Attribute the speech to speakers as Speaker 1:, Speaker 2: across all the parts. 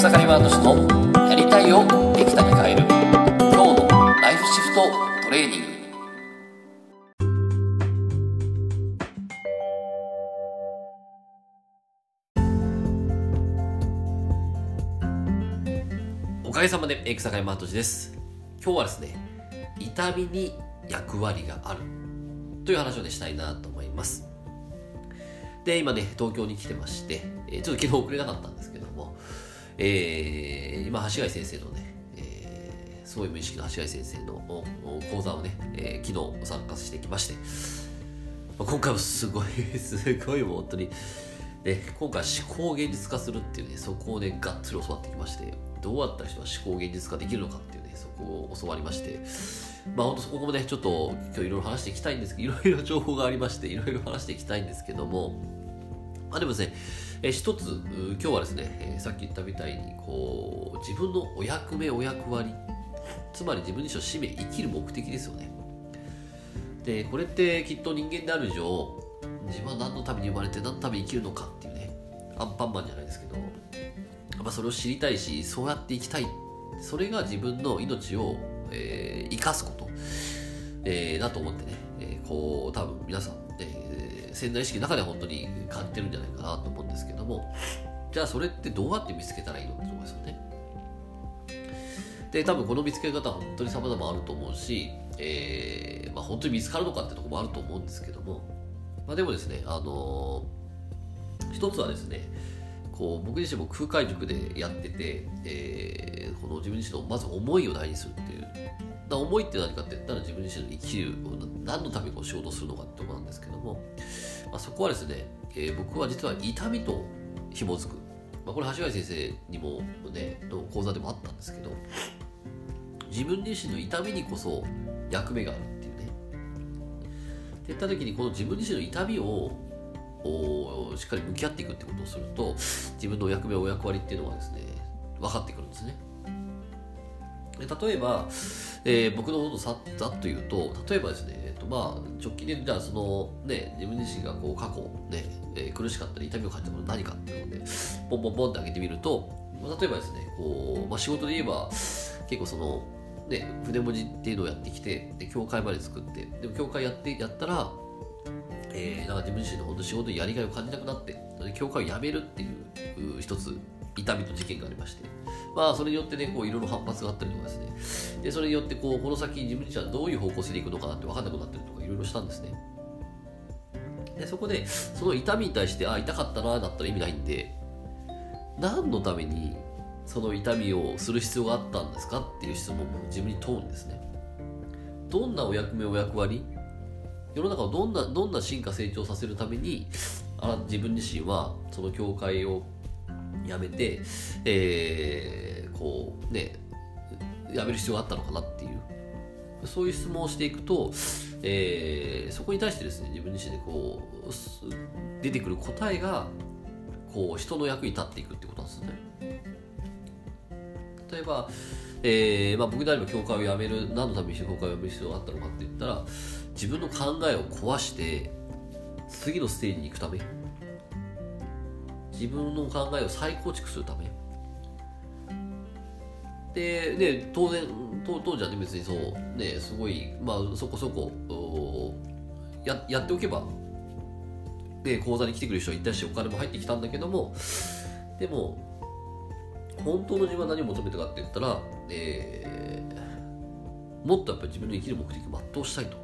Speaker 1: 草刈ワード氏のやりたいをできたに変える今日のライフシフトトレーニング。おかげさまで草刈ワード氏です。今日はですね、痛みに役割があるという話をしたいなと思います。で、今ね、東京に来てまして、ちょっと昨日遅れなかったんですけども、今、橋貝先生のね、すごい無意識の橋貝先生の講座をね、昨日参加してきまして、今回もすごいもう本当に、ね、今回思考を現実化するっていうね、そこをね、がっつり教わってきまして、どうやったら人は思考を現実化できるのかっていうね、そこを教わりまして、本当そこもね、ちょっと今日いろいろ話していきたいんですけど、いろいろ情報がありまして、いろいろ話していきたいんですけども、でもですね、一つ、今日はですね、さっき言ったみたいに、自分のお役目、お役割、つまり自分自身の使命、生きる目的ですよね。で、これってきっと人間である以上、自分は何のために生まれて何のために生きるのかっていうね、アンパンマンじゃないですけど、それを知りたいし、そうやって生きたい。それが自分の命を、生かすこと、だと思ってね、多分皆さん、潜在意識の中では本当に感じてるんじゃないかなと思うんですけども、じゃあそれってどうやって見つけたらいいのってところですよね。で、多分この見つけ方は本当に様々あると思うし、本当に見つかるのかってところもあると思うんですけども、でもですね、一つはですね、僕自身も空海塾でやってて、この自分自身のまず思いを大事にするっていう。思いって何かって言ったら自分自身の生きる、何のために仕事をするのかってところなんですけども、そこはですね、僕は実は痛みと紐づく。これ橋貝先生にもね、の講座でもあったんですけど、自分自身の痛みにこそ役目があるっていうね。って言った時にこの自分自身の痛みをしっかり向き合っていくってことをすると、自分の役目お役割っていうのはですね、分かってくるんですね。例えば、僕のことをざっと言うと、例えばですね、直近でじゃあそのね、自分自身が過去ね、苦しかったり痛みを感じたこと何かっていうのでポンポンポンって挙げてみると、例えばですね、仕事で言えば結構そのね、筆文字っていうのをやってきて、で教会まで作って、でも教会やったら、なんか自分自身の本当仕事にやりがいを感じなくなって、教会を辞めるっていう一つ痛みと事件がありまして、それによってね、いろいろ反発があったりとかですね、でそれによってこの先自分自身はどういう方向性でいくのかなって分かんなくなったりとかいろいろしたんですね。でそこでその痛みに対して痛かったなだったら意味ないんで、何のためにその痛みをする必要があったんですかっていう質問も自分に問うんですね。どんなお役目お役割、世の中をどんな進化成長させるために自分自身はその教会をやめて、やめる必要があったのかなっていう、そういう質問をしていくと、そこに対してですね、自分自身で出てくる答えが人の役に立っていくってことなんですよね。例えば、僕であれば教会をやめる、何のために教会をやめる必要があったのかって言ったら、自分の考えを壊して次のステージに行くため、自分の考えを再構築するためで、当然当時はね、別にそうね、すごいそこそこやっておけばで講座に来てくれる人はいたし、お金も入ってきたんだけども、でも本当の自分は何を求めたかって言ったら、もっとやっぱり自分の生きる目的を全うしたいと。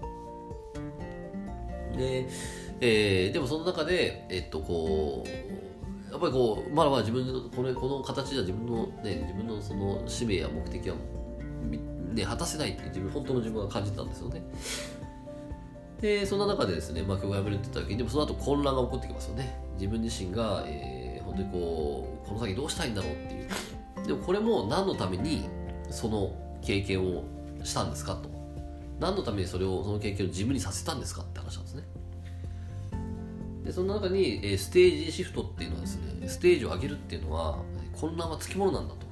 Speaker 1: でもその中でやっぱりまだまだ自分のこの形では自分のその使命や目的は果たせないって本当の自分が感じたんですよね。でそんな中でですね、教会を辞めるって言った時に、でもその後混乱が起こってきますよね。自分自身が、本当にこの先どうしたいんだろうっていう。でもこれも何のためにその経験をしたんですかと、何のためにその経験を自分にさせたんですかって話なんですね。でその中に、ステージシフトっていうのはですね、ステージを上げるっていうのは混乱はつきものなんだと。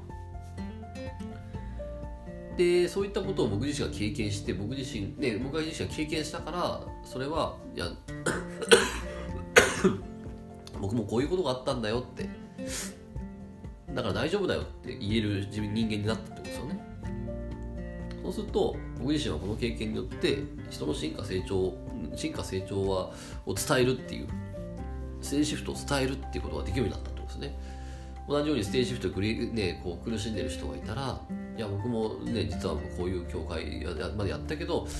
Speaker 1: でそういったことを僕自身が経験して、僕が自身が経験したから、それはいや僕もこういうことがあったんだよってだから大丈夫だよって言える人間になったってことですよね。そうすると僕自身はこの経験によって人の進化成長を伝えるっていうステージシフトを伝えるっていうことができるようになったってことですね。同じようにステージシフトで、こう苦しんでる人がいたら、いや僕もね実はこういう教会までやったけど、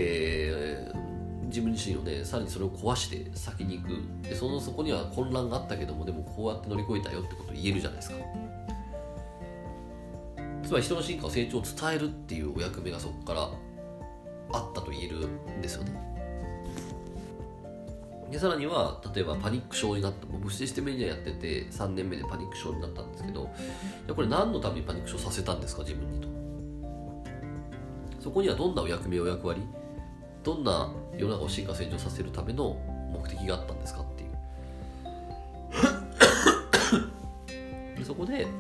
Speaker 1: 自分自身をねさらにそれを壊して先に行く。でそこには混乱があったけども、でもこうやって乗り越えたよってことを言えるじゃないですか。つまり人の進化成長を伝えるっていうお役目がそこからあったと言えるんですよね。でさらには例えばパニック症になった、僕システムエンジニアやってて3年目でパニック症になったんですけど、これ何のためにパニック症させたんですか自分にと。そこにはどんなお役割、どんな世の中を進化成長させるための目的があったんですかっていうでそこで、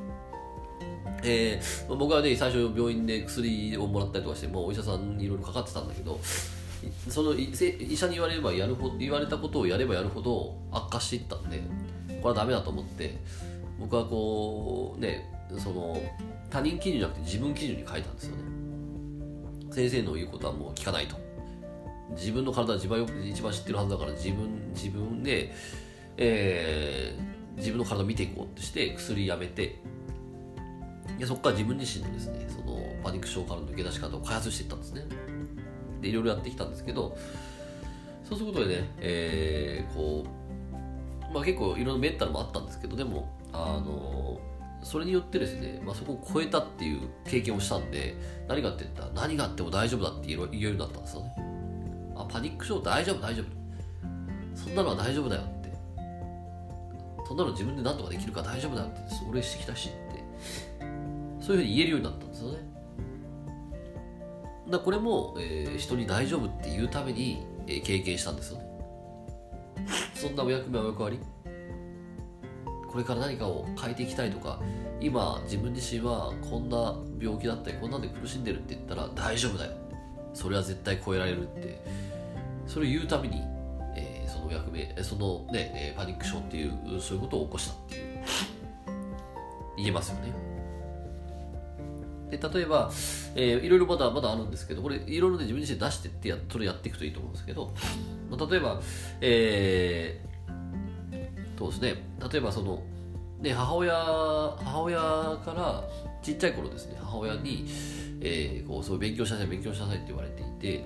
Speaker 1: 僕はね最初病院で薬をもらったりとかして、お医者さんにいろいろかかってたんだけど、その医者に言われたことをやればやるほど悪化していったんで、これはダメだと思って、僕はこうねその他人基準じゃなくて自分基準に変えたんですよね。先生の言うことはもう聞かないと。自分の体は一番知ってるはずだから、自分で、自分の体を見ていこうとして薬やめて、でそこから自分自身のですねそのパニック症からの抜け出し方を開発していったんですね。でいろいろやってきたんですけど、そうすることでね、結構いろんなメンタルもあったんですけど、でもそれによってですね、そこを超えたっていう経験をしたんで、何がって言ったら何があっても大丈夫だって言えるようになったんですよね。パニック症大丈夫、そんなのは大丈夫だよって、そんなの自分で何とかできるから大丈夫だよって、俺してきたしってそういうふうに言えるようになったんですよね。これも、人に大丈夫って言うために、経験したんですよね。そんなお役割、これから何かを変えていきたいとか、今自分自身はこんな病気だったりこんなんで苦しんでるって言ったら大丈夫だよ、それは絶対超えられるって、それを言うために、その役目パニック症っていうそういうことを起こしたっていう言えますよね。で例えば、いろいろまだあるんですけど、これいろいろね自分自身出してってそれやっていくといいと思うんですけど、例えば、そうですね、例えばその、ね、母親からちっちゃい頃ですね、母親に、そう勉強しなさいって言われていて、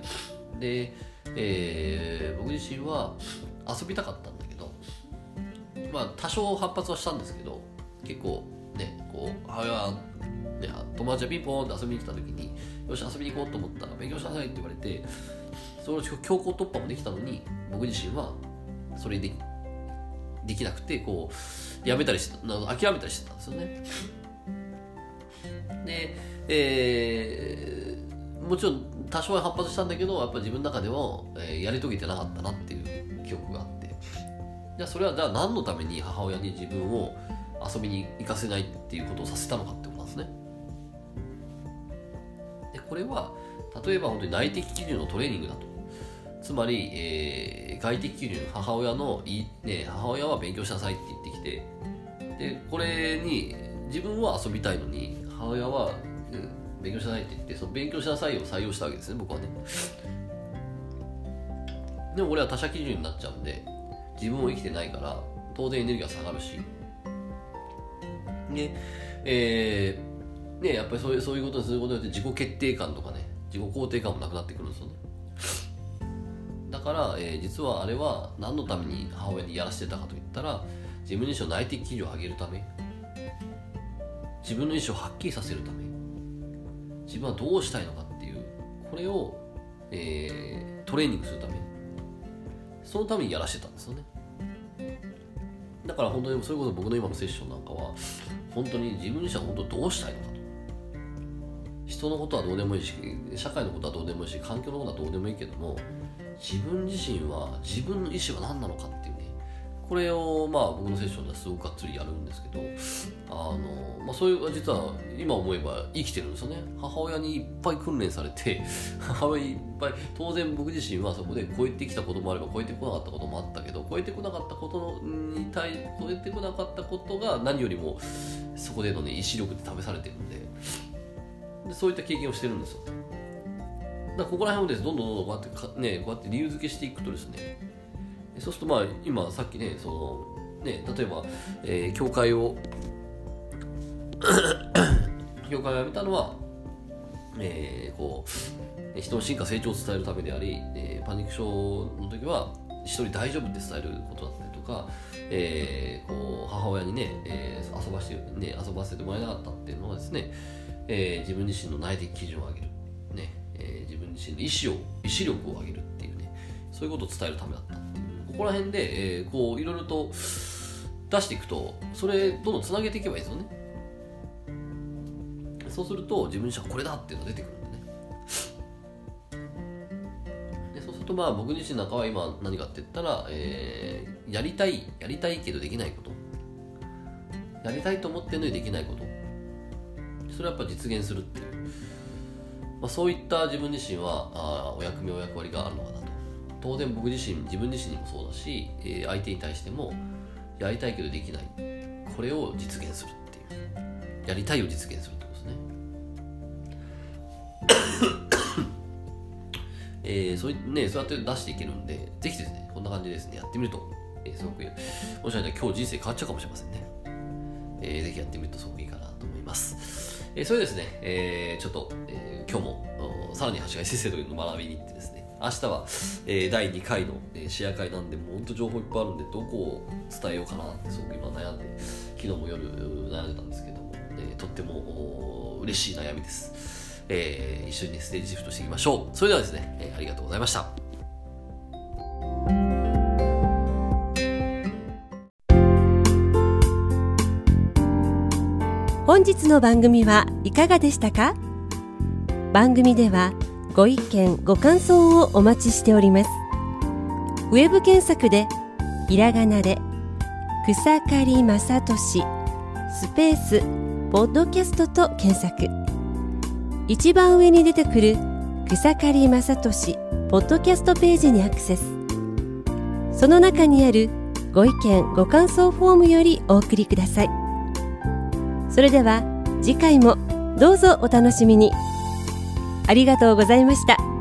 Speaker 1: で、僕自身は遊びたかったんだけど、多少反発はしたんですけど、結構ね母親友達がピンポーンって遊びに来た時に、よし遊びに行こうと思ったら勉強しなさいって言われて、その強行突破もできたのに、僕自身はそれできなくてやめたりして諦めたりしてたんですよね。で、もちろん多少は反発したんだけど、やっぱり自分の中でも、やり遂げてなかったなっていう記憶があって、じゃあそれは何のために母親に自分を遊びに行かせないっていうことをさせたのかってことなんですね。でこれは例えば本当に内的基準のトレーニングだと。つまり、外的基準、母親は勉強しなさいって言ってきて、でこれに自分は遊びたいのに母親は、勉強しなさいって言って、その勉強しなさいを採用したわけですね、僕はね。でもこれは他者基準になっちゃうんで、自分も生きてないから当然エネルギーが下がるし、やっぱりそういうことにすることによって自己決定感とかね、自己肯定感もなくなってくるんですよね。だから、実はあれは何のために母親にやらせてたかといったら、自分自身の内的基準を上げるため、自分の意思をはっきりさせるため、自分はどうしたいのかっていう、これを、トレーニングするため、そのためにやらせてたんですよね。だから本当にそれこそ僕の今のセッションなんかは、本当に自分自身は本当どうしたいのかと、人のことはどうでもいいし、社会のことはどうでもいいし、環境のことはどうでもいいけども、自分自身は自分の意思は何なのかっていうね、 これを僕のセッションではすごくがっつりやるんですけど、そういう実は今思えば生きてるんですよね。母親にいっぱい訓練されて、母親にいっぱい、当然僕自身はそこで超えてきたこともあれば超えてこなかったこともあったけど、超えてこなかったことが何よりもそこでのね意志力で試されてるんで、そういった経験をしてるんですよ。だからここら辺をですどんどんこうやって理由付けしていくとですね、そうすると今さっきね例えば、教会を辞めたのは、人の進化成長を伝えるためであり、パニック症の時は一人大丈夫って伝えることだったりとか、母親にね、遊ばせてもらえなかったっていうのはですね、自分自身の内的基準を上げる、自分自身の意志力を上げるっていうね、そういうことを伝えるためだったっていう、ここら辺で、いろいろと出していくと、それどんどんつなげていけばいいですよね。そうすると自分自身はこれだっていうのが出てくるんでね。でそうすると僕自身の中は今何かって言ったら、やりたいけどできないこと、やりたいと思ってるのにできないこと、それはやっぱ実現するっていう、そういった自分自身はお役割があるのかなと。当然自分自身にもそうだし、相手に対してもやりたいけどできない、これを実現するっていう、やりたいを実現するってことですね。そうやって出していけるんで、ぜひですねこんな感じでですねやってみると、すごくもしかしたら今日人生変わっちゃうかもしれませんね。ぜひやってみるとすごくいいかなと思います。それですね、ちょっと、今日もさらに橋貝先生というのを学びに行ってですね、明日は、第2回の、シェア会なんで、もう本当情報いっぱいあるんで、どこを伝えようかなってすごく今悩んで、昨日も夜悩んでたんですけども、とっても嬉しい悩みです。一緒に、ね、ステージシフトしていきましょう。それではですね、ありがとうございました。
Speaker 2: 本日の番組はいかがでしたか？番組ではご意見ご感想をお待ちしております。ウェブ検索でひらがなで草刈正俊スペースポッドキャストと検索、一番上に出てくる草刈正俊ポッドキャストページにアクセス。その中にあるご意見ご感想フォームよりお送りください。それでは次回もどうぞお楽しみに。ありがとうございました。